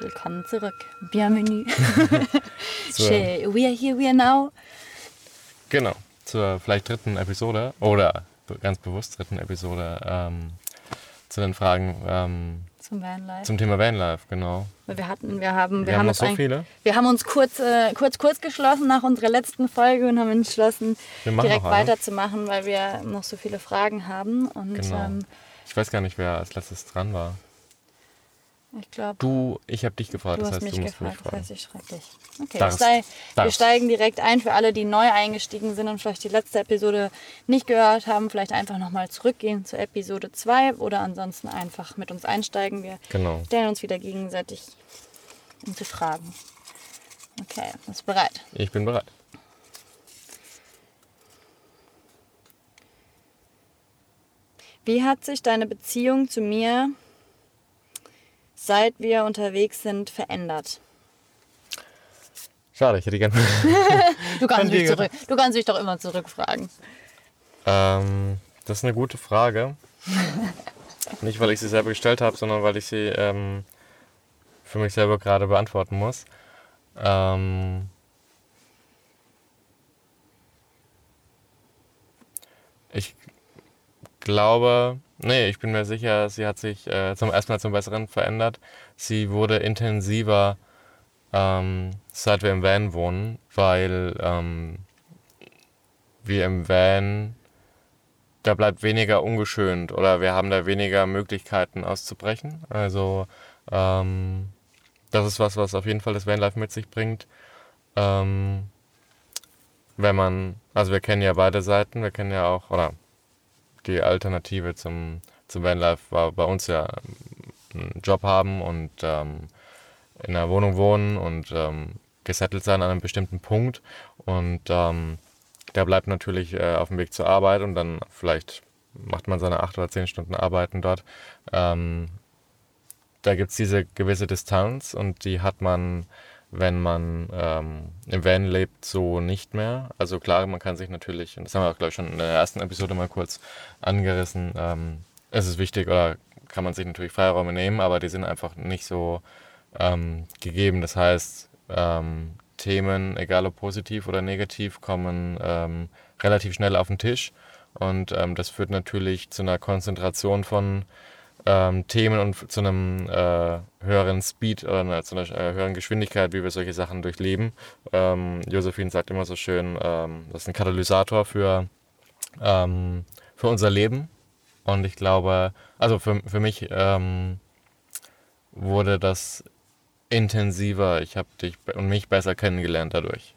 willkommen zurück. Bienvenue. We are here, we are now. Genau, zur vielleicht dritten Episode oder ganz bewusst dritten Episode zu den Fragen zum Vanlife. Zum Thema Vanlife, genau. Wir haben noch so viele. Wir haben uns kurz geschlossen nach unserer letzten Folge und haben entschlossen, direkt weiterzumachen, weil wir noch so viele Fragen haben. Und, genau. Ich weiß gar nicht, wer als letztes dran war. Ich glaube. Ich habe dich gefragt, das heißt, du musst mich fragen. Das heißt, ich frage dich. Okay, wir steigen direkt ein für alle, die neu eingestiegen sind und vielleicht die letzte Episode nicht gehört haben. Vielleicht einfach nochmal zurückgehen zur Episode 2 oder ansonsten einfach mit uns einsteigen. Wir stellen uns wieder gegenseitig unsere Fragen. Okay, bist du bereit? Ich bin bereit. Wie hat sich deine Beziehung zu mir, seit wir unterwegs sind, verändert? Schade, ich hätte gerne... Du kannst mich doch immer zurückfragen. Das ist eine gute Frage. Nicht, weil ich sie selber gestellt habe, sondern weil ich sie für mich selber gerade beantworten muss. Ich bin mir sicher, sie hat sich erstmal zum Besseren verändert. Sie wurde intensiver, seit wir im Van wohnen, weil wir im Van, da bleibt weniger ungeschönt oder wir haben da weniger Möglichkeiten auszubrechen. Also das ist was auf jeden Fall das Vanlife mit sich bringt. Wir kennen ja beide Seiten, wir kennen ja auch, oder die Alternative zum Vanlife war bei uns ja einen Job haben und in einer Wohnung wohnen und gesettelt sein an einem bestimmten Punkt. Und der bleibt natürlich auf dem Weg zur Arbeit und dann vielleicht macht man seine 8 oder 10 Stunden Arbeiten dort. Da gibt es diese gewisse Distanz und die hat man, wenn man im Van lebt, so nicht mehr. Also klar, man kann sich natürlich, und das haben wir auch glaube ich schon in der ersten Episode mal kurz angerissen, es ist wichtig oder kann man sich natürlich Freiräume nehmen, aber die sind einfach nicht so gegeben. Das heißt, Themen, egal ob positiv oder negativ, kommen relativ schnell auf den Tisch und das führt natürlich zu einer Konzentration von Themen und zu einem höheren Speed oder zu einer höheren Geschwindigkeit, wie wir solche Sachen durchleben. Josephine sagt immer so schön, das ist ein Katalysator für unser Leben. Und ich glaube, also für mich wurde das intensiver. Ich habe dich und mich besser kennengelernt dadurch.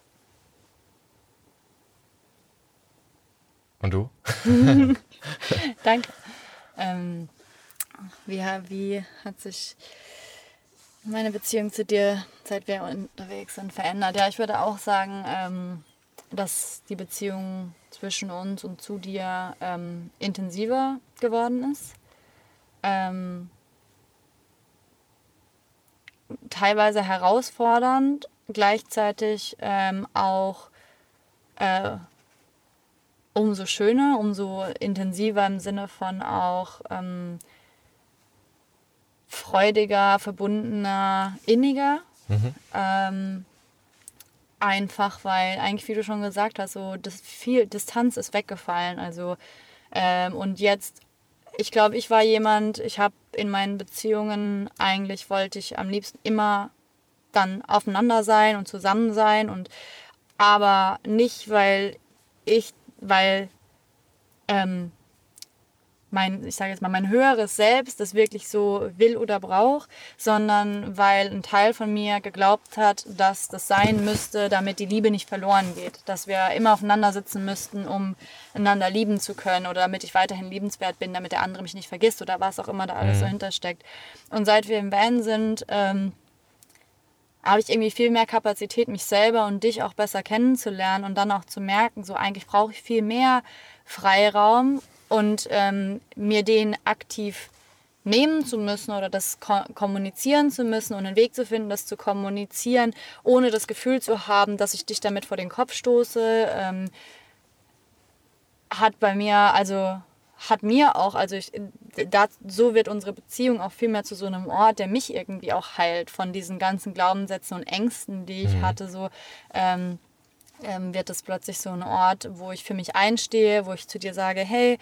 Und du? Danke. Wie hat sich meine Beziehung zu dir, seit wir unterwegs sind, verändert? Ja, ich würde auch sagen, dass die Beziehung zwischen uns und zu dir intensiver geworden ist. Teilweise herausfordernd, gleichzeitig auch umso schöner, umso intensiver im Sinne von auch freudiger, verbundener, inniger. Einfach, weil eigentlich, wie du schon gesagt hast, so viel Distanz ist weggefallen. Also und jetzt, ich glaube, ich habe in meinen Beziehungen wollte ich am liebsten immer dann aufeinander sein und zusammen sein aber nicht, weil mein höheres Selbst das wirklich so will oder braucht, sondern weil ein Teil von mir geglaubt hat, dass das sein müsste, damit die Liebe nicht verloren geht. Dass wir immer aufeinander sitzen müssten, um einander lieben zu können oder damit ich weiterhin liebenswert bin, damit der andere mich nicht vergisst oder was auch immer da alles so hintersteckt. Und seit wir im Van sind, habe ich irgendwie viel mehr Kapazität, mich selber und dich auch besser kennenzulernen und dann auch zu merken, so eigentlich brauche ich viel mehr Freiraum und mir den aktiv nehmen zu müssen oder das kommunizieren zu müssen und einen Weg zu finden, das zu kommunizieren, ohne das Gefühl zu haben, dass ich dich damit vor den Kopf stoße, hat mir auch, also so wird unsere Beziehung auch viel mehr zu so einem Ort, der mich irgendwie auch heilt von diesen ganzen Glaubenssätzen und Ängsten, die ich hatte, so wird es plötzlich so ein Ort, wo ich für mich einstehe, wo ich zu dir sage, hey,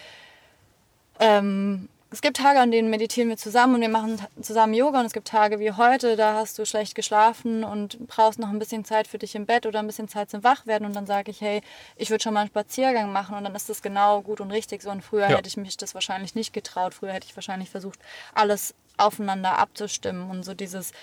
es gibt Tage, an denen meditieren wir zusammen und wir machen zusammen Yoga und es gibt Tage wie heute, da hast du schlecht geschlafen und brauchst noch ein bisschen Zeit für dich im Bett oder ein bisschen Zeit zum Wachwerden und dann sage ich, hey, ich würde schon mal einen Spaziergang machen und dann ist das genau gut und richtig so und früher hätte ich mich das wahrscheinlich nicht getraut, früher hätte ich wahrscheinlich versucht, alles aufeinander abzustimmen und so dieses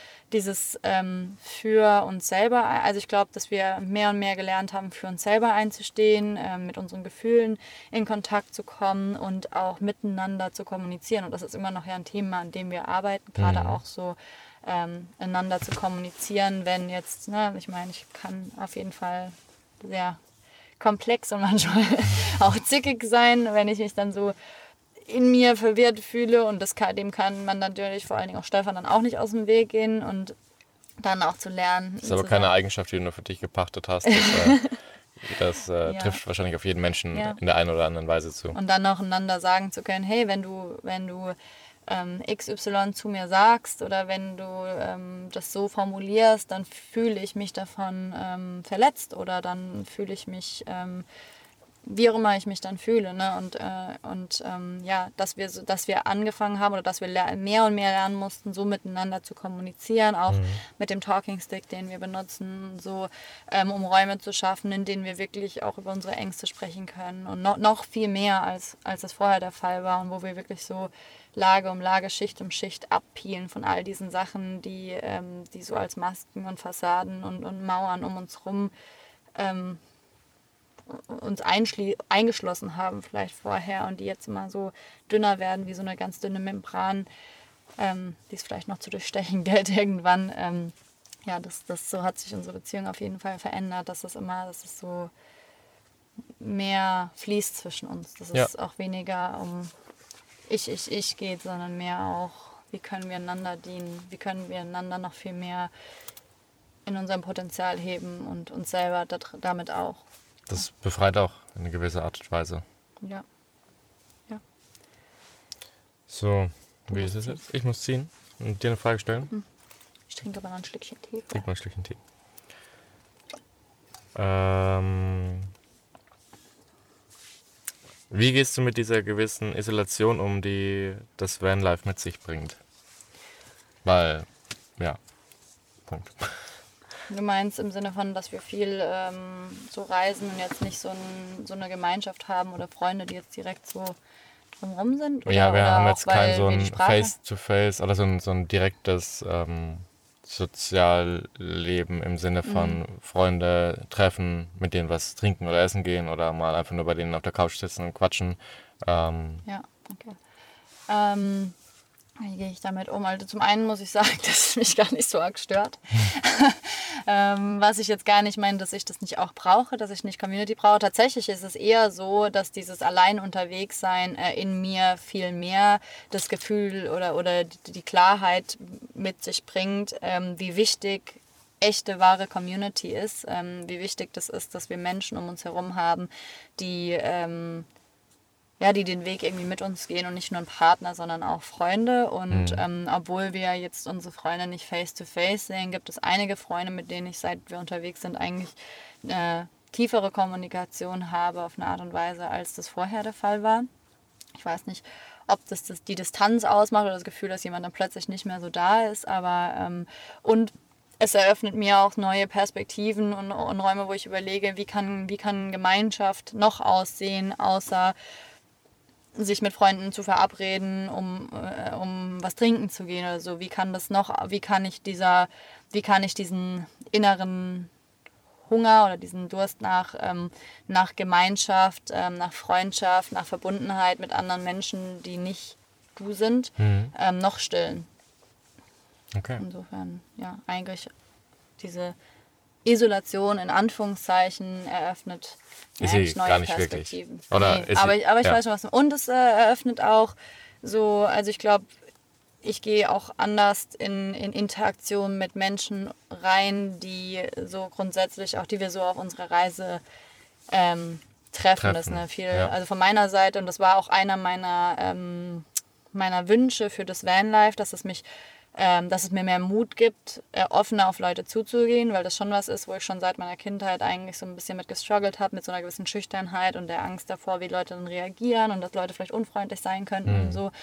für uns selber, also ich glaube, dass wir mehr und mehr gelernt haben, für uns selber einzustehen, mit unseren Gefühlen in Kontakt zu kommen und auch miteinander zu kommunizieren und das ist immer noch ja ein Thema, an dem wir arbeiten, gerade auch so einander zu kommunizieren, wenn jetzt, ne, ich meine, ich kann auf jeden Fall sehr komplex und manchmal auch zickig sein, wenn ich mich dann so in mir verwirrt fühle und dem kann man natürlich, vor allen Dingen auch Stefan, dann auch nicht aus dem Weg gehen und dann auch zu lernen. Das ist aber keine Eigenschaft, die du nur für dich gepachtet hast. Das trifft wahrscheinlich auf jeden Menschen in der einen oder anderen Weise zu. Und dann auch einander sagen zu können, hey, wenn du XY zu mir sagst oder wenn du das so formulierst, dann fühle ich mich davon verletzt oder dann fühle ich mich wie auch immer ich mich dann fühle, ne? Und dass wir angefangen haben oder dass wir mehr und mehr lernen mussten, so miteinander zu kommunizieren, auch mit dem Talking Stick, den wir benutzen, so um Räume zu schaffen, in denen wir wirklich auch über unsere Ängste sprechen können und noch viel mehr als das vorher der Fall war und wo wir wirklich so Lage um Lage, Schicht um Schicht abpeelen von all diesen Sachen, die so als Masken und Fassaden und Mauern um uns rum uns eingeschlossen haben vielleicht vorher und die jetzt immer so dünner werden wie so eine ganz dünne Membran, die es vielleicht noch zu durchstechen gilt irgendwann. So hat sich unsere Beziehung auf jeden Fall verändert, dass es so mehr fließt zwischen uns, dass es auch weniger um ich geht, sondern mehr auch, wie können wir einander dienen, wie können wir einander noch viel mehr in unserem Potenzial heben und uns selber damit auch. Das befreit auch in eine gewisse Art und Weise. Ja. So, wie ist es jetzt? Ich muss ziehen und dir eine Frage stellen. Ich trinke aber noch ein Schlückchen Tee. Trink mal ein Stückchen Tee. Wie gehst du mit dieser gewissen Isolation um, die das Vanlife mit sich bringt? Weil, Punkt. Du meinst im Sinne von, dass wir viel so reisen und jetzt nicht so eine Gemeinschaft haben oder Freunde, die jetzt direkt so drumherum sind? Ja, wir haben jetzt kein so ein Sprache... Face-to-Face oder so ein direktes Sozialleben im Sinne von Freunde treffen, mit denen was trinken oder essen gehen oder mal einfach nur bei denen auf der Couch sitzen und quatschen. Ja, okay. Wie gehe ich damit um? Also zum einen muss ich sagen, dass es mich gar nicht so arg stört. Was ich jetzt gar nicht meine, dass ich das nicht auch brauche, dass ich nicht Community brauche. Tatsächlich ist es eher so, dass dieses allein unterwegs sein in mir viel mehr das Gefühl oder die Klarheit mit sich bringt, wie wichtig echte, wahre Community ist, wie wichtig das ist, dass wir Menschen um uns herum haben, die den Weg irgendwie mit uns gehen und nicht nur ein Partner, sondern auch Freunde. Und obwohl wir jetzt unsere Freunde nicht face-to-face sehen, gibt es einige Freunde, mit denen ich, seit wir unterwegs sind, eigentlich tiefere Kommunikation habe auf eine Art und Weise, als das vorher der Fall war. Ich weiß nicht, ob das die Distanz ausmacht oder das Gefühl, dass jemand dann plötzlich nicht mehr so da ist, aber und es eröffnet mir auch neue Perspektiven und Räume, wo ich überlege, wie kann Gemeinschaft noch aussehen, außer sich mit Freunden zu verabreden, um was trinken zu gehen oder so. Wie kann ich diesen inneren Hunger oder diesen Durst nach Gemeinschaft, nach Freundschaft, nach Verbundenheit mit anderen Menschen, die nicht du sind, noch stillen. Okay. Insofern, ja, eigentlich diese Isolation in Anführungszeichen eröffnet ist sie neue gar nicht Perspektiven. Wirklich. Oder nee, aber ich weiß schon was. Und es eröffnet auch so, also ich glaube, ich gehe auch anders in Interaktion mit Menschen rein, die so grundsätzlich, auch die wir so auf unserer Reise Treffen ist. Ne? Also von meiner Seite, und das war auch einer meiner Wünsche für das Vanlife, dass es mir mehr Mut gibt, offener auf Leute zuzugehen, weil das schon was ist, wo ich schon seit meiner Kindheit eigentlich so ein bisschen mit gestruggelt habe, mit so einer gewissen Schüchternheit und der Angst davor, wie Leute dann reagieren und dass Leute vielleicht unfreundlich sein könnten und so.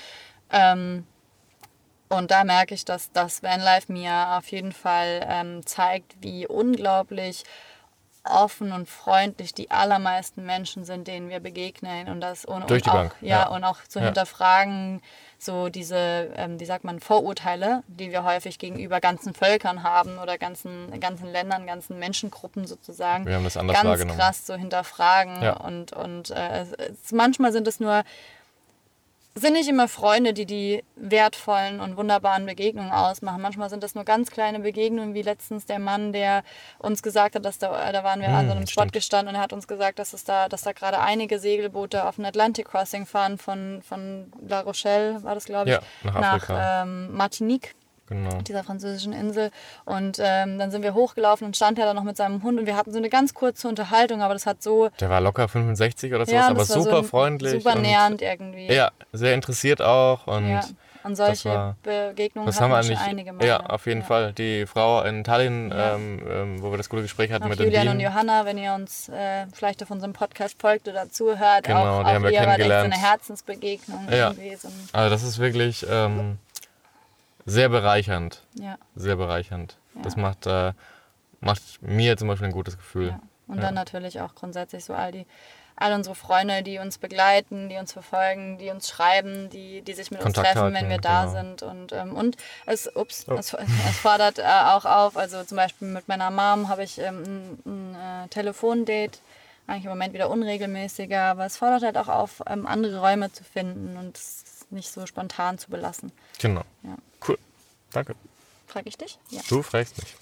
Und da merke ich, dass das Vanlife mir auf jeden Fall zeigt, wie unglaublich offen und freundlich die allermeisten Menschen sind, denen wir begegnen und das durch die Bank. Und auch zu hinterfragen, so diese, wie sagt man, Vorurteile, die wir häufig gegenüber ganzen Völkern haben oder ganzen Ländern, ganzen Menschengruppen sozusagen. Wir haben das anders ganz wahrgenommen. Krass so hinterfragen und manchmal sind nicht immer Freunde, die wertvollen und wunderbaren Begegnungen ausmachen. Manchmal sind das nur ganz kleine Begegnungen, wie letztens der Mann, der uns gesagt hat, dass da waren wir an so einem Spot gestanden und er hat uns gesagt, dass da gerade einige Segelboote auf ein Atlantic Crossing fahren von La Rochelle, war das glaube ich, nach Martinique. Genau. Dieser französischen Insel. Und dann sind wir hochgelaufen und stand er da noch mit seinem Hund und wir hatten so eine ganz kurze Unterhaltung, aber das hat so... Der war locker 65 oder sowas, aber super freundlich. Super nähernd irgendwie. Ja, sehr interessiert auch. Und solche Begegnungen hatten wir schon einige Mal. Ja, auf jeden Fall. Die Frau in Tallinn, wo wir das gute Gespräch hatten mit Julian dem und Johanna, wenn ihr uns vielleicht auf unserem Podcast folgt oder zuhört, genau, auch die haben wir kennengelernt. So eine Herzensbegegnung. Ja, also das ist wirklich... sehr bereichernd. Ja. Sehr bereichernd. Ja. Das macht mir zum Beispiel ein gutes Gefühl. Ja. Und dann natürlich auch grundsätzlich so all unsere Freunde, die uns begleiten, die uns verfolgen, die uns schreiben, die sich mit Kontakt uns treffen, halten, wenn wir da sind. Und es fordert auch auf, also zum Beispiel mit meiner Mom habe ich ein Telefondate, eigentlich im Moment wieder unregelmäßiger, aber es fordert halt auch auf, andere Räume zu finden und es nicht so spontan zu belassen. Genau. Ja. Cool. Danke. Frag ich dich? Ja. Du fragst mich.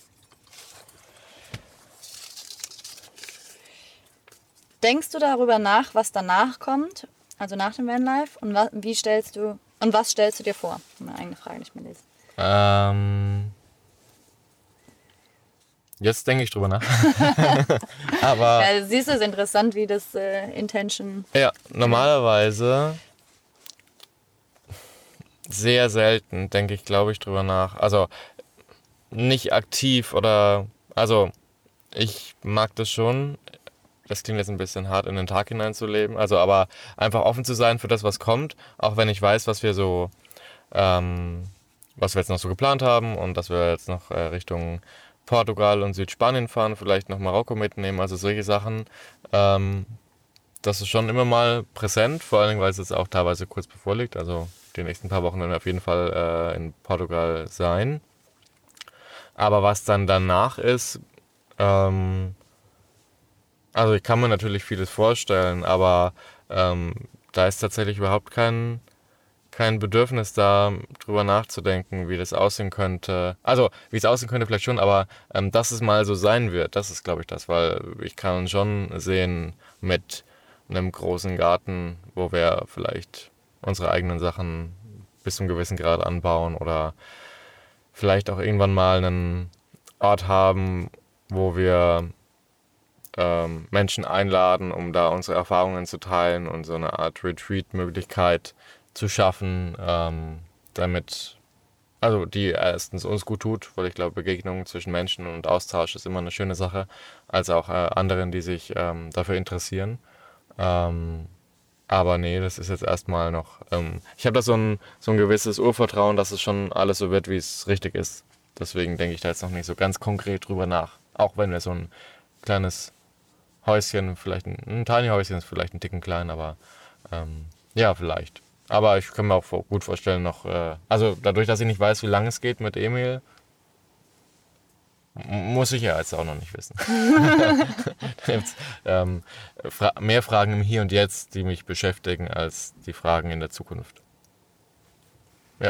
Denkst du darüber nach, was danach kommt, also nach dem Vanlife? Und was stellst du dir vor? Meine eigene Frage nicht mehr lesen. Jetzt denke ich drüber nach. Aber ja, siehst du, es ist interessant, wie das Intention... Ja, normalerweise sehr selten denke ich, glaube ich, drüber nach. Also nicht aktiv oder... Also ich mag das schon. Das klingt jetzt ein bisschen hart, in den Tag hineinzuleben. Also aber einfach offen zu sein für das, was kommt. Auch wenn ich weiß, was wir jetzt noch so geplant haben und dass wir jetzt noch Richtung Portugal und Südspanien fahren, vielleicht noch Marokko mitnehmen, also solche Sachen. Das ist schon immer mal präsent, vor allem, weil es jetzt auch teilweise kurz bevor liegt. Also die nächsten paar Wochen werden wir auf jeden Fall in Portugal sein. Aber was dann danach ist, also ich kann mir natürlich vieles vorstellen, aber da ist tatsächlich überhaupt kein Bedürfnis da, drüber nachzudenken, wie das aussehen könnte. Also, wie es aussehen könnte vielleicht schon, aber dass es mal so sein wird, das ist, glaube ich, das. Weil ich kann schon sehen mit einem großen Garten, wo wir vielleicht unsere eigenen Sachen bis zu einem gewissen Grad anbauen oder vielleicht auch irgendwann mal einen Ort haben, wo wir Menschen einladen, um da unsere Erfahrungen zu teilen und so eine Art Retreat-Möglichkeit zu schaffen, damit, also die erstens uns gut tut, weil ich glaube, Begegnungen zwischen Menschen und Austausch ist immer eine schöne Sache, als auch anderen, die sich dafür interessieren. Aber nee, das ist jetzt erstmal noch, ich habe da so ein gewisses Urvertrauen, dass es schon alles so wird, wie es richtig ist. Deswegen denke ich da jetzt noch nicht so ganz konkret drüber nach. Auch wenn wir so ein kleines Häuschen, vielleicht ein Tiny Häuschen ist vielleicht ein Ticken klein, aber ja, vielleicht. Aber ich kann mir auch gut vorstellen, noch, also dadurch, dass ich nicht weiß, wie lange es geht mit Emil, muss ich ja jetzt auch noch nicht wissen. Jetzt, mehr Fragen im Hier und Jetzt, die mich beschäftigen, als die Fragen in der Zukunft. Ja.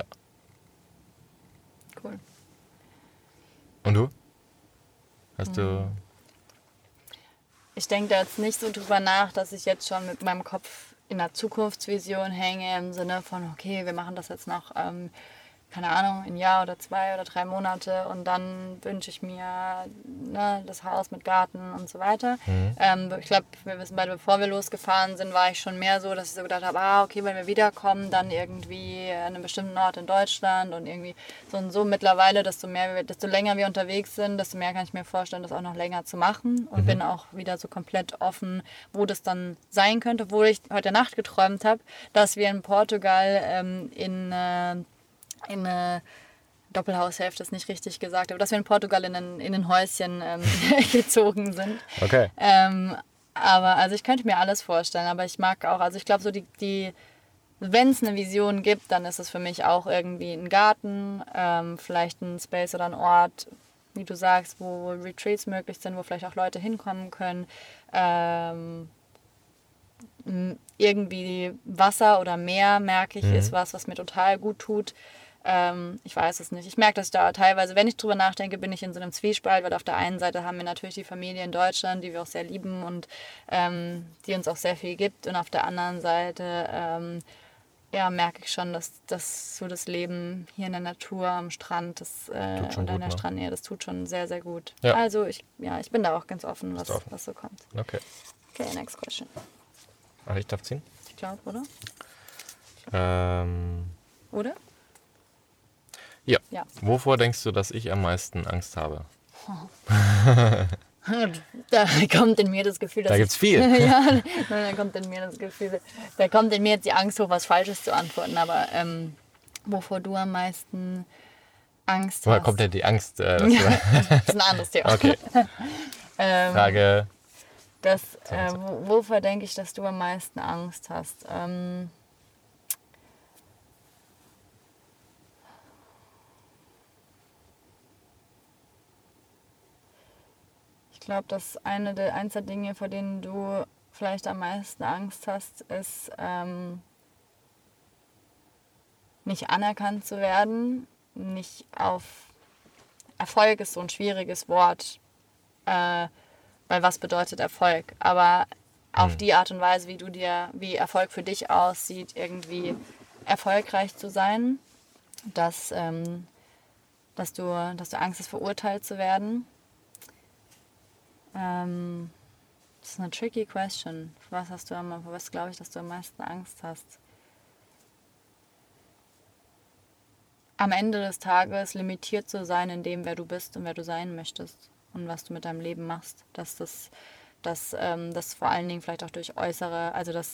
Cool. Und du? Hast du... Ich denke da jetzt nicht so drüber nach, dass ich jetzt schon mit meinem Kopf in der Zukunftsvision hänge, im Sinne von, okay, wir machen das jetzt noch keine Ahnung, ein Jahr oder 2 oder 3 Monate und dann wünsche ich mir das Haus mit Garten und so weiter. Ich glaube, wir wissen beide, bevor wir losgefahren sind, war ich schon mehr so, dass ich so gedacht habe, okay, wenn wir wiederkommen, dann irgendwie an einem bestimmten Ort in Deutschland und irgendwie so und so. Mittlerweile, desto länger wir unterwegs sind, desto mehr kann ich mir vorstellen, das auch noch länger zu machen und bin auch wieder so komplett offen, wo das dann sein könnte, obwohl ich heute Nacht geträumt habe, dass wir in Portugal in eine Doppelhaushälfte ist nicht richtig gesagt, aber dass wir in Portugal in ein Häuschen gezogen sind. Okay. Aber also ich könnte mir alles vorstellen, aber ich mag auch, also ich glaube so wenn es eine Vision gibt, dann ist es für mich auch irgendwie ein Garten, vielleicht ein Space oder ein Ort, wie du sagst, wo Retreats möglich sind, wo vielleicht auch Leute hinkommen können. Irgendwie Wasser oder Meer, merke ich, ist was mir total gut tut. Ich weiß es nicht. Ich merke das da teilweise, wenn ich drüber nachdenke, bin ich in so einem Zwiespalt, weil auf der einen Seite haben wir natürlich die Familie in Deutschland, die wir auch sehr lieben und die uns auch sehr viel gibt. Und auf der anderen Seite merke ich schon, dass so das Leben hier in der Natur, am Strand und an der Strandnähe, das tut schon sehr, sehr gut. Ja. Also ich bin da auch ganz offen, was so kommt. Okay, next question. Ach, ich darf ziehen? Ich glaube, oder? Oder? Ja. Wovor denkst du, dass ich am meisten Angst habe? Da kommt in mir das Gefühl, dass da gibt's viel. Da kommt in mir das Gefühl, da kommt in mir jetzt die Angst hoch, was Falsches zu antworten. Aber wovor du am meisten Angst hast? Woher kommt denn die Angst? Das ist ein anderes Thema. Okay. Frage. Wovor denke ich, dass du am meisten Angst hast? Ich glaube, dass eins der Dinge, vor denen du vielleicht am meisten Angst hast, ist, nicht anerkannt zu werden. Erfolg ist so ein schwieriges Wort, weil was bedeutet Erfolg? Aber auf die Art und Weise, wie Erfolg für dich aussieht, irgendwie erfolgreich zu sein, dass du Angst hast, verurteilt zu werden. Das ist eine tricky question. Vor was glaube ich, dass du am meisten Angst hast? Am Ende des Tages limitiert zu sein in dem, wer du bist und wer du sein möchtest und was du mit deinem Leben machst. Dass das vor allen Dingen vielleicht auch durch äußere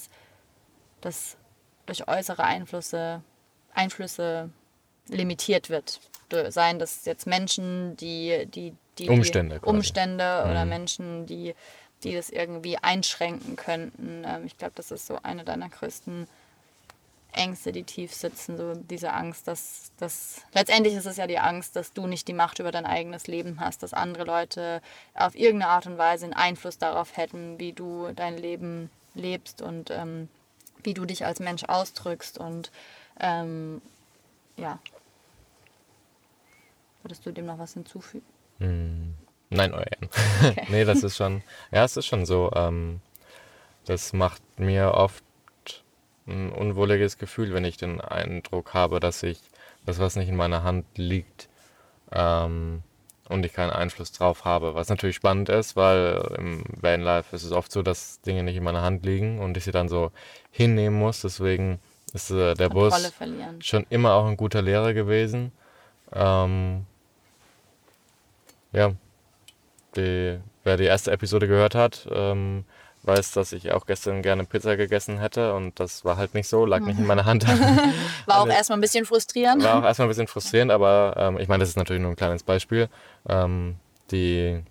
Einflüsse limitiert wird. Seien das jetzt Menschen, die Umstände oder Menschen, die das irgendwie einschränken könnten. Ich glaube, das ist so eine deiner größten Ängste, die tief sitzen, so diese Angst, dass letztendlich ist es ja die Angst, dass du nicht die Macht über dein eigenes Leben hast, dass andere Leute auf irgendeine Art und Weise einen Einfluss darauf hätten, wie du dein Leben lebst und wie du dich als Mensch ausdrückst und Würdest du dem noch was hinzufügen? Nein, euer Ehren. Okay. Nee, das ist schon, es ist schon so. Das macht mir oft ein unwohliges Gefühl, wenn ich den Eindruck habe, dass was nicht in meiner Hand liegt und ich keinen Einfluss drauf habe. Was natürlich spannend ist, weil im Vanlife ist es oft so, dass Dinge nicht in meiner Hand liegen und ich sie dann so hinnehmen muss. Deswegen ist der Bus schon immer auch ein guter Lehrer gewesen. Wer die erste Episode gehört hat, weiß, dass ich auch gestern gerne Pizza gegessen hätte und das war halt nicht so, lag nicht in meiner Hand. War auch erstmal ein bisschen frustrierend. Aber ich meine, das ist natürlich nur ein kleines Beispiel. Die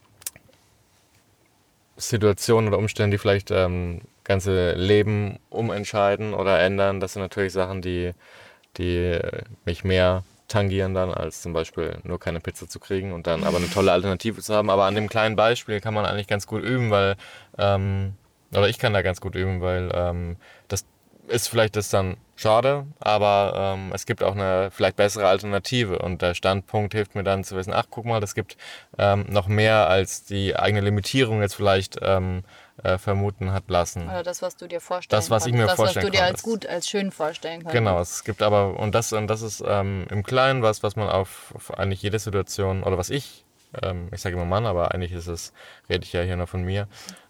Situationen oder Umstände, die vielleicht ganze Leben umentscheiden oder ändern, das sind natürlich Sachen, die mich mehr tangieren dann, als zum Beispiel nur keine Pizza zu kriegen und dann aber eine tolle Alternative zu haben. Aber an dem kleinen Beispiel kann man eigentlich ganz gut üben, weil oder ich kann da ganz gut üben, weil das ist vielleicht das dann schade, aber es gibt auch eine vielleicht bessere Alternative und der Standpunkt hilft mir dann zu wissen, ach guck mal, das gibt noch mehr als die eigene Limitierung jetzt vielleicht vermuten hat lassen. Oder das, was du dir vorstellen Das, was ich mir vorstellen Das, was du dir als konnte. gut, als schön vorstellen konntest. Genau, es gibt aber, und das ist im Kleinen was man auf eigentlich jede Situation, oder was ich sage immer Mann, aber eigentlich rede ich ja hier nur von mir,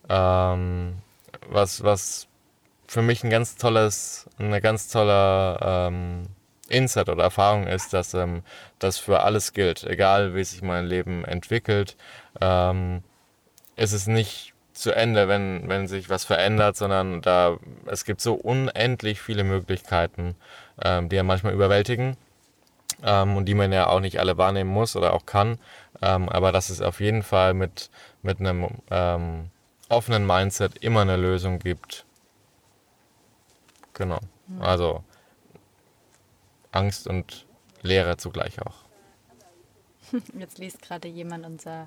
was für mich eine ganz tolle Insight oder Erfahrung ist, dass das für alles gilt, egal wie sich mein Leben entwickelt, ist es nicht zu Ende, wenn sich was verändert, sondern es gibt so unendlich viele Möglichkeiten, die ja manchmal überwältigen und die man ja auch nicht alle wahrnehmen muss oder auch kann, aber dass es auf jeden Fall mit einem offenen Mindset immer eine Lösung gibt. Genau. Also Angst und Leere zugleich auch. Jetzt liest gerade jemand unser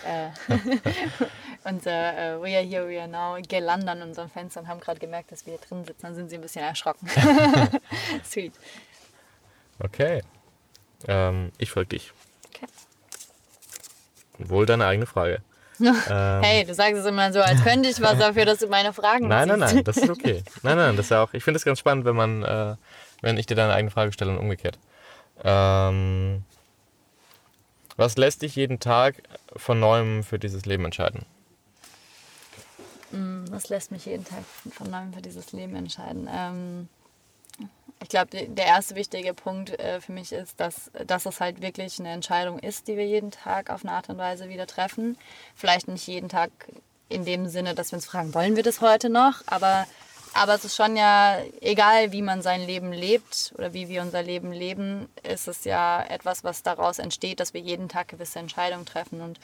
We Are Here, We Are Now Girlande an unserem Fenster und haben gerade gemerkt, dass wir hier drin sitzen. Dann sind sie ein bisschen erschrocken. Sweet. Okay. Ich folge dich. Okay. Wohl deine eigene Frage. Hey, du sagst es immer so, als könnte ich was dafür, dass du meine Fragen Nein, das ist okay. Nein, das ist ja auch, ich finde es ganz spannend, wenn ich dir deine eigene Frage stelle und umgekehrt. Was lässt dich jeden Tag von Neuem für dieses Leben entscheiden? Was lässt mich jeden Tag von Neuem für dieses Leben entscheiden? Ich glaube, der erste wichtige Punkt für mich ist, dass es halt wirklich eine Entscheidung ist, die wir jeden Tag auf eine Art und Weise wieder treffen. Vielleicht nicht jeden Tag in dem Sinne, dass wir uns fragen, wollen wir das heute noch? Aber es ist schon ja, egal wie man sein Leben lebt oder wie wir unser Leben leben, ist es ja etwas, was daraus entsteht, dass wir jeden Tag gewisse Entscheidungen treffen. Und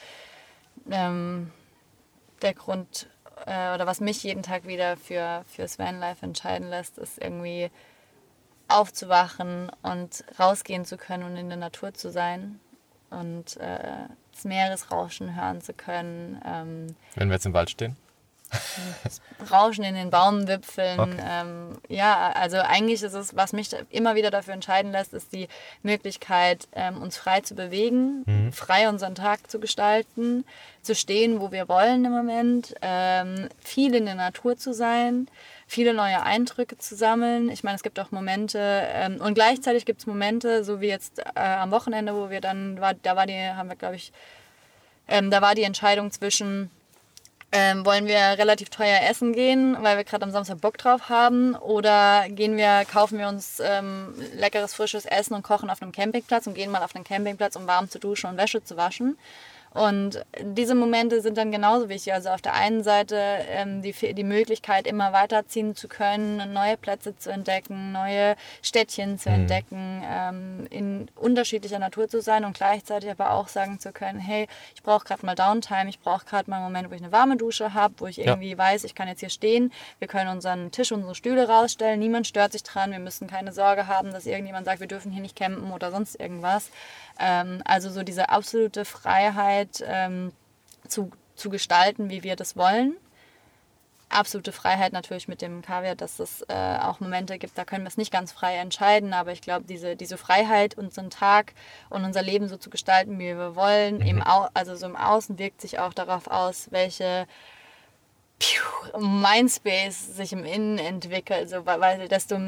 der Grund, oder was mich jeden Tag wieder fürs Vanlife entscheiden lässt, ist irgendwie aufzuwachen und rausgehen zu können und in der Natur zu sein und das Meeresrauschen hören zu können. Wenn wir jetzt im Wald stehen? Das Rauschen in den Baumwipfeln. Okay. Ja, also eigentlich ist es, was mich immer wieder dafür entscheiden lässt, ist die Möglichkeit, uns frei zu bewegen, frei unseren Tag zu gestalten, zu stehen, wo wir wollen im Moment, viel in der Natur zu sein, viele neue Eindrücke zu sammeln. Ich meine, es gibt auch Momente und gleichzeitig gibt es Momente, so wie jetzt am Wochenende, wo wir dann, da war die Entscheidung zwischen wollen wir relativ teuer essen gehen, weil wir gerade am Samstag Bock drauf haben, oder kaufen wir uns leckeres, frisches Essen und kochen auf einem Campingplatz und gehen mal auf einen Campingplatz, um warm zu duschen und Wäsche zu waschen. Und diese Momente sind dann genauso wichtig. Also auf der einen Seite die Möglichkeit, immer weiterziehen zu können, neue Plätze zu entdecken, neue Städtchen zu entdecken, in unterschiedlicher Natur zu sein und gleichzeitig aber auch sagen zu können, hey, ich brauche gerade mal Downtime, ich brauche gerade mal einen Moment, wo ich eine warme Dusche habe, wo ich irgendwie weiß, ich kann jetzt hier stehen, wir können unseren Tisch, unsere Stühle rausstellen, niemand stört sich dran, wir müssen keine Sorge haben, dass irgendjemand sagt, wir dürfen hier nicht campen oder sonst irgendwas. Also so diese absolute Freiheit zu gestalten, wie wir das wollen. Absolute Freiheit natürlich mit dem Kaviar, dass es auch Momente gibt, da können wir es nicht ganz frei entscheiden, aber ich glaube, diese Freiheit, unseren Tag und unser Leben so zu gestalten, wie wir wollen, also so im Außen wirkt sich auch darauf aus, welche Mindspace sich im Innen entwickelt, so, weil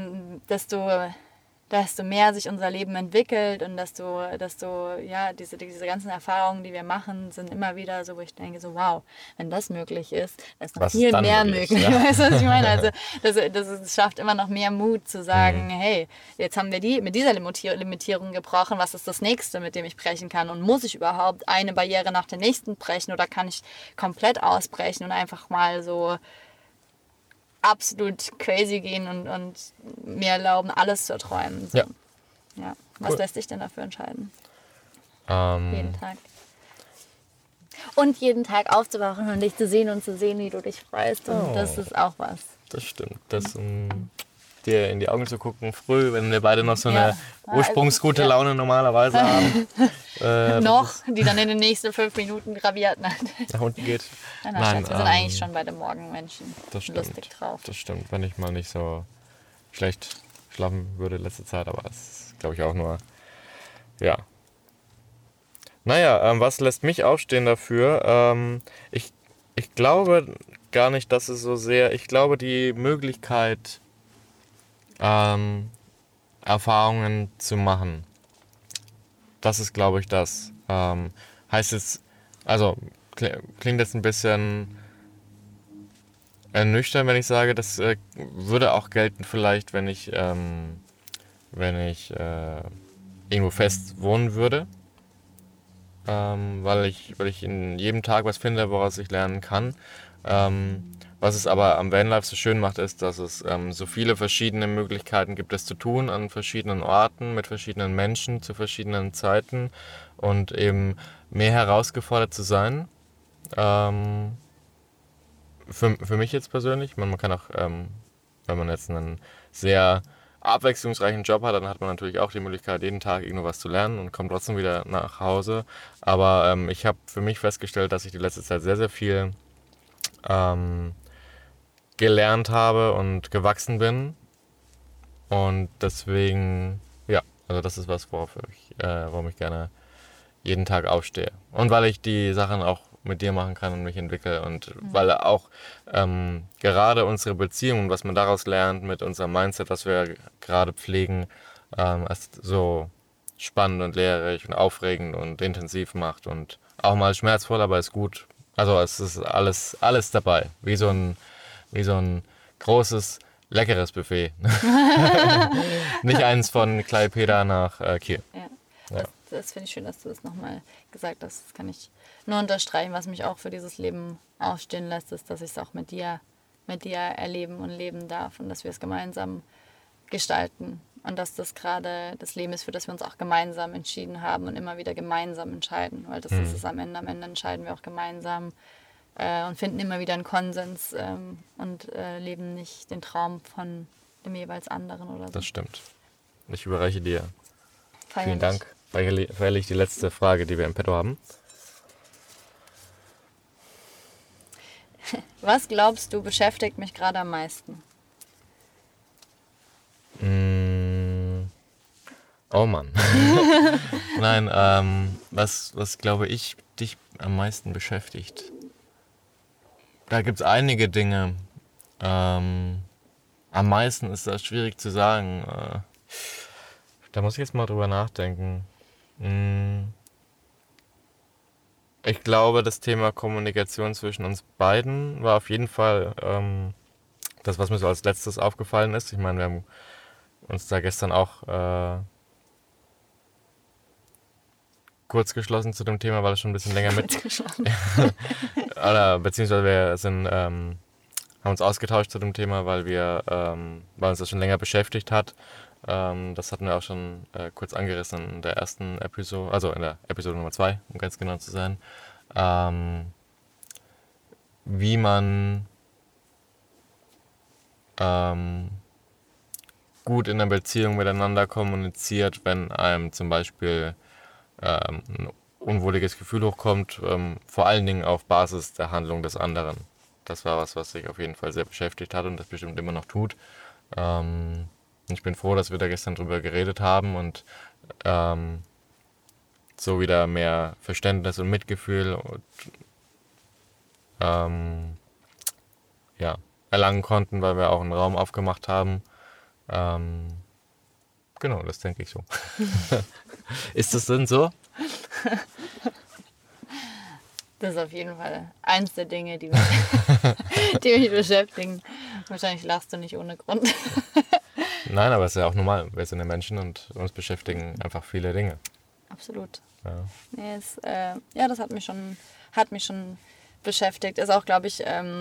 desto mehr sich unser Leben entwickelt und desto ja, diese ganzen Erfahrungen, die wir machen, sind immer wieder so, wo ich denke, so wow, wenn das möglich ist, dann ist noch viel mehr möglich. Ja. Weißt du, was ich meine? Also das schafft immer noch mehr Mut zu sagen, hey, jetzt haben wir mit dieser Limitierung gebrochen, was ist das nächste, mit dem ich brechen kann? Und muss ich überhaupt eine Barriere nach der nächsten brechen oder kann ich komplett ausbrechen und einfach mal so absolut crazy gehen und mir erlauben, alles zu erträumen. So. Ja. Was lässt dich denn dafür entscheiden? Jeden Tag. Und jeden Tag aufzuwachen und dich zu sehen und zu sehen, wie du dich freust. Und das ist auch was. Das stimmt. Dir in die Augen zu gucken, früh, wenn wir beide noch so eine ursprungsgute Laune normalerweise haben. Die dann in den nächsten 5 Minuten graviert nach unten geht. Nein, wir sind eigentlich schon bei den Morgenmenschen. Das stimmt, lustig drauf. Das stimmt, wenn ich mal nicht so schlecht schlafen würde letzte Zeit, aber das ist, glaube ich, auch nur, ja. Naja, was lässt mich aufstehen dafür? Ich glaube, gar nicht, dass es so sehr, ich glaube, die Möglichkeit, Erfahrungen zu machen, das ist, glaube ich, das. Heißt jetzt, also klingt jetzt ein bisschen ernüchternd, wenn ich sage, das würde auch gelten vielleicht, wenn ich irgendwo fest wohnen würde, weil ich in jedem Tag was finde, woraus ich lernen kann. Was es aber am Vanlife so schön macht, ist, dass es so viele verschiedene Möglichkeiten gibt, es zu tun, an verschiedenen Orten, mit verschiedenen Menschen, zu verschiedenen Zeiten und eben mehr herausgefordert zu sein. Ähm, für mich jetzt persönlich, man kann auch, wenn man jetzt einen sehr abwechslungsreichen Job hat, dann hat man natürlich auch die Möglichkeit, jeden Tag irgendwo was zu lernen und kommt trotzdem wieder nach Hause. Aber ich habe für mich festgestellt, dass ich die letzte Zeit sehr, sehr viel ähm, gelernt habe und gewachsen bin. Und deswegen, ja, also das ist was, warum ich gerne jeden Tag aufstehe. Und weil ich die Sachen auch mit dir machen kann und mich entwickle und weil auch gerade unsere Beziehung, was man daraus lernt mit unserem Mindset, was wir gerade pflegen, ist so spannend und lehrreich und aufregend und intensiv macht und auch mal schmerzvoll, aber ist gut. Also es ist alles dabei, wie so ein großes, leckeres Buffet. Nicht eins von Klaipeda nach Kiel. Ja. Ja. Das finde ich schön, dass du das nochmal gesagt hast. Das kann ich nur unterstreichen, was mich auch für dieses Leben aufstehen lässt, ist, dass ich es auch mit dir erleben und leben darf und dass wir es gemeinsam gestalten und dass das gerade das Leben ist, für das wir uns auch gemeinsam entschieden haben und immer wieder gemeinsam entscheiden, weil das ist es am Ende. Am Ende entscheiden wir auch gemeinsam und finden immer wieder einen Konsens und leben nicht den Traum von dem jeweils anderen oder so. Das stimmt. Ich überreiche dir. Feierlich. Vielen Dank. Feierlich die letzte Frage, die wir im Petto haben. Was glaubst du, beschäftigt mich gerade am meisten? Oh Mann. Nein, was glaube ich dich am meisten beschäftigt? Da gibt es einige Dinge. Am meisten ist das schwierig zu sagen. Da muss ich jetzt mal drüber nachdenken. Ich glaube, das Thema Kommunikation zwischen uns beiden war auf jeden Fall das, was mir so als letztes aufgefallen ist. Ich meine, wir haben uns da gestern auch kurz geschlossen zu dem Thema, weil es schon ein bisschen länger mit... Oder beziehungsweise haben uns ausgetauscht zu dem Thema, weil uns das schon länger beschäftigt hat. Das hatten wir auch schon kurz angerissen in der ersten Episode, also in der Episode Nummer 2, um ganz genau zu sein. Wie man gut in einer Beziehung miteinander kommuniziert, wenn einem zum Beispiel ein unwohliges Gefühl hochkommt, vor allen Dingen auf Basis der Handlung des anderen. Das war was sich auf jeden Fall sehr beschäftigt hat und das bestimmt immer noch tut. Ich bin froh, dass wir da gestern drüber geredet haben und so wieder mehr Verständnis und Mitgefühl erlangen konnten, weil wir auch einen Raum aufgemacht haben. Genau, das denke ich so. Ist das denn so? Das ist auf jeden Fall eins der Dinge, die mich beschäftigen. Wahrscheinlich lachst du nicht ohne Grund. Nein, aber es ist ja auch normal. Wir sind ja Menschen und uns beschäftigen einfach viele Dinge. Absolut. Ja. Nee, das hat mich schon beschäftigt. Ist auch, glaube ich,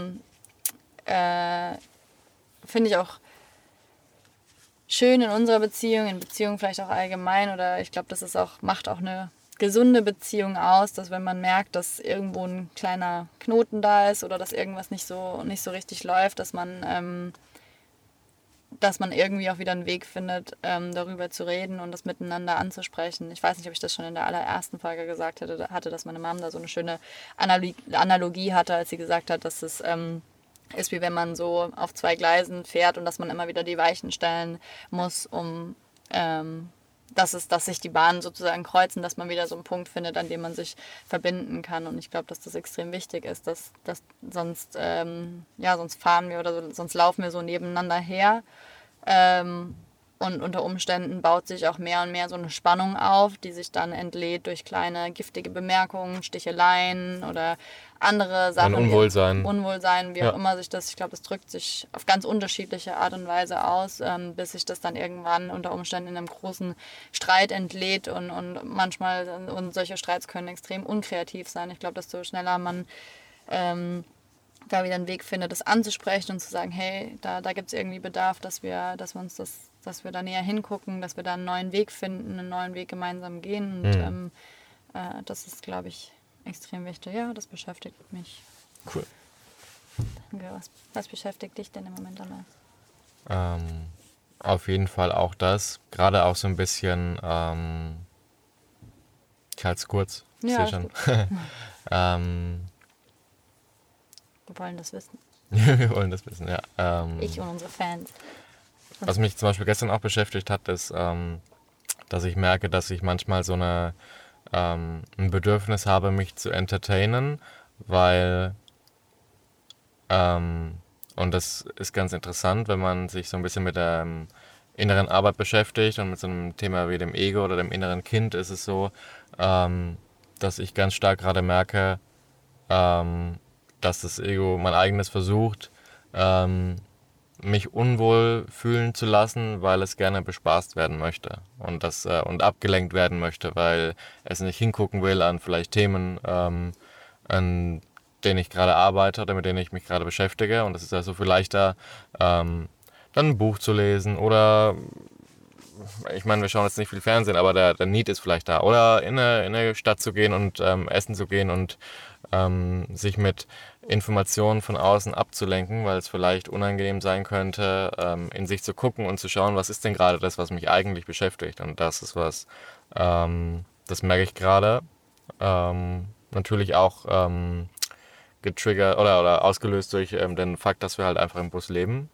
finde ich auch schön in unserer Beziehung, in Beziehungen vielleicht auch allgemein, oder ich glaube, macht auch eine gesunde Beziehung aus, dass wenn man merkt, dass irgendwo ein kleiner Knoten da ist oder dass irgendwas nicht so richtig läuft, dass man irgendwie auch wieder einen Weg findet, darüber zu reden und das miteinander anzusprechen. Ich weiß nicht, ob ich das schon in der allerersten Folge gesagt hatte, dass meine Mom da so eine schöne Analogie hatte, als sie gesagt hat, dass es ist wie wenn man so auf 2 Gleisen fährt und dass man immer wieder die Weichen stellen muss, um dass sich die Bahnen sozusagen kreuzen, dass man wieder so einen Punkt findet, an dem man sich verbinden kann. Und ich glaube, dass das extrem wichtig ist, dass sonst, sonst fahren wir oder so, sonst laufen wir so nebeneinander her. Und unter Umständen baut sich auch mehr und mehr so eine Spannung auf, die sich dann entlädt durch kleine giftige Bemerkungen, Sticheleien oder andere Sachen. Ein Unwohlsein. Wie auch immer sich das, ich glaube, das drückt sich auf ganz unterschiedliche Art und Weise aus, bis sich das dann irgendwann unter Umständen in einem großen Streit entlädt und manchmal, und solche Streits können extrem unkreativ sein. Ich glaube, desto schneller man da wieder einen Weg findet, das anzusprechen und zu sagen, hey, da gibt es irgendwie Bedarf, dass wir da näher hingucken, dass wir da einen neuen Weg finden, einen neuen Weg gemeinsam gehen. Und das ist, glaube ich, extrem wichtig. Ja, das beschäftigt mich. Cool. Danke. Was beschäftigt dich denn im Moment am meisten? Auf jeden Fall auch das. Gerade auch so ein bisschen, ich halte es kurz, ich sehe schon. Wir wollen das wissen. Wir wollen das wissen, ja. Ich und unsere Fans. Was mich zum Beispiel gestern auch beschäftigt hat, ist, dass ich merke, dass ich manchmal so ein Bedürfnis habe, mich zu entertainen, weil, und das ist ganz interessant, wenn man sich so ein bisschen mit der inneren Arbeit beschäftigt und mit so einem Thema wie dem Ego oder dem inneren Kind, ist es so, dass ich ganz stark gerade merke, dass das Ego mein eigenes versucht, mich unwohl fühlen zu lassen, weil es gerne bespaßt werden möchte und abgelenkt werden möchte, weil es nicht hingucken will an vielleicht Themen, an denen ich gerade arbeite oder mit denen ich mich gerade beschäftige. Und es ist ja so viel leichter, dann ein Buch zu lesen oder, ich meine, wir schauen jetzt nicht viel Fernsehen, aber der Need ist vielleicht da. Oder in eine Stadt zu gehen und essen zu gehen und sich mit Informationen von außen abzulenken, weil es vielleicht unangenehm sein könnte, in sich zu gucken und zu schauen, was ist denn gerade das, was mich eigentlich beschäftigt. Und das ist was, das merke ich gerade. Natürlich auch getriggert oder ausgelöst durch den Fakt, dass wir halt einfach im Bus leben.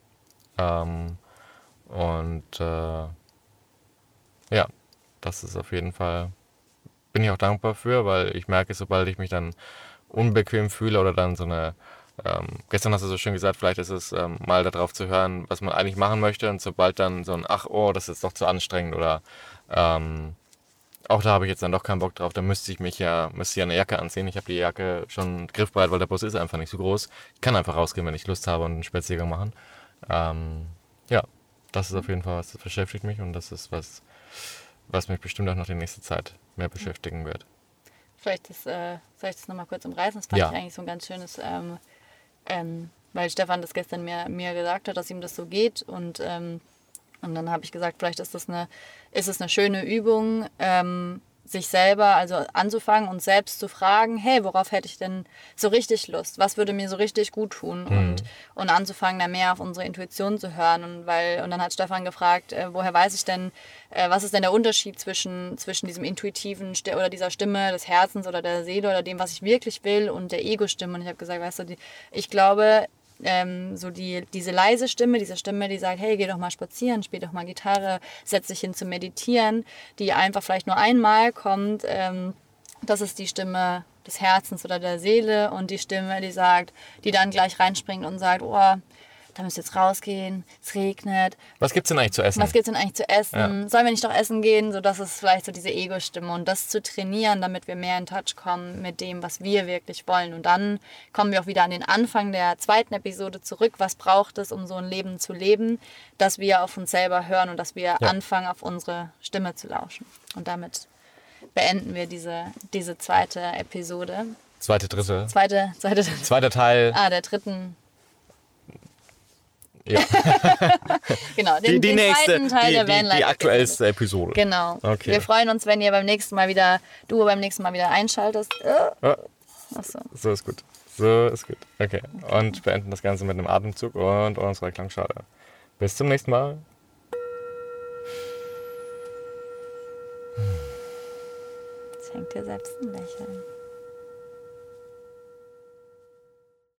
Ja, das ist auf jeden Fall, bin ich auch dankbar für, weil ich merke, sobald ich mich dann unbequem fühle oder dann so eine, gestern hast du so schön gesagt, vielleicht ist es mal darauf zu hören, was man eigentlich machen möchte, und sobald dann so ein, das ist doch zu anstrengend oder auch da habe ich jetzt dann doch keinen Bock drauf, da müsste ich eine Jacke anziehen. Ich habe die Jacke schon griffbereit, weil der Bus ist einfach nicht so groß. Ich kann einfach rausgehen, wenn ich Lust habe und einen Spaziergang machen. Ja, das ist auf jeden Fall was, das beschäftigt mich, und das ist was mich bestimmt auch noch die nächste Zeit mehr beschäftigen wird. Soll ich das nochmal kurz umreißen? Das fand ich eigentlich so ein ganz schönes, weil Stefan das gestern mir gesagt hat, dass ihm das so geht, und dann habe ich gesagt, vielleicht ist es eine schöne Übung, sich selber also anzufangen und selbst zu fragen, hey, worauf hätte ich denn so richtig Lust? Was würde mir so richtig gut tun? Und anzufangen, da mehr auf unsere Intuition zu hören. Und dann hat Stefan gefragt, woher weiß ich denn, was ist denn der Unterschied zwischen diesem intuitiven oder dieser Stimme des Herzens oder der Seele oder dem, was ich wirklich will, und der Ego-Stimme? Und ich habe gesagt, weißt du, ich glaube, diese leise Stimme, diese Stimme, die sagt, hey, geh doch mal spazieren, spiel doch mal Gitarre, setz dich hin zu meditieren, die einfach vielleicht nur einmal kommt, das ist die Stimme des Herzens oder der Seele, und die Stimme, die dann gleich reinspringt und sagt, oh, da müsst ihr jetzt rausgehen, es regnet. Was gibt's denn eigentlich zu essen? Ja. Sollen wir nicht doch essen gehen? So, das ist vielleicht so diese Ego-Stimme. Und das zu trainieren, damit wir mehr in Touch kommen mit dem, was wir wirklich wollen. Und dann kommen wir auch wieder an den Anfang der zweiten Episode zurück. Was braucht es, um so ein Leben zu leben? Dass wir auf uns selber hören und dass wir anfangen, auf unsere Stimme zu lauschen. Und damit beenden wir diese zweite Episode. Dritte. Zweiter Teil. Der dritten. Ja. Genau, den zweiten Teil der Vanlife. Die aktuellste Episode. Genau. Okay. Wir freuen uns, wenn ihr beim nächsten Mal wieder einschaltest. Achso. So ist gut. Okay. Und beenden das Ganze mit einem Atemzug und unserer Klangschale. Bis zum nächsten Mal. Schenk dir selbst ein Lächeln.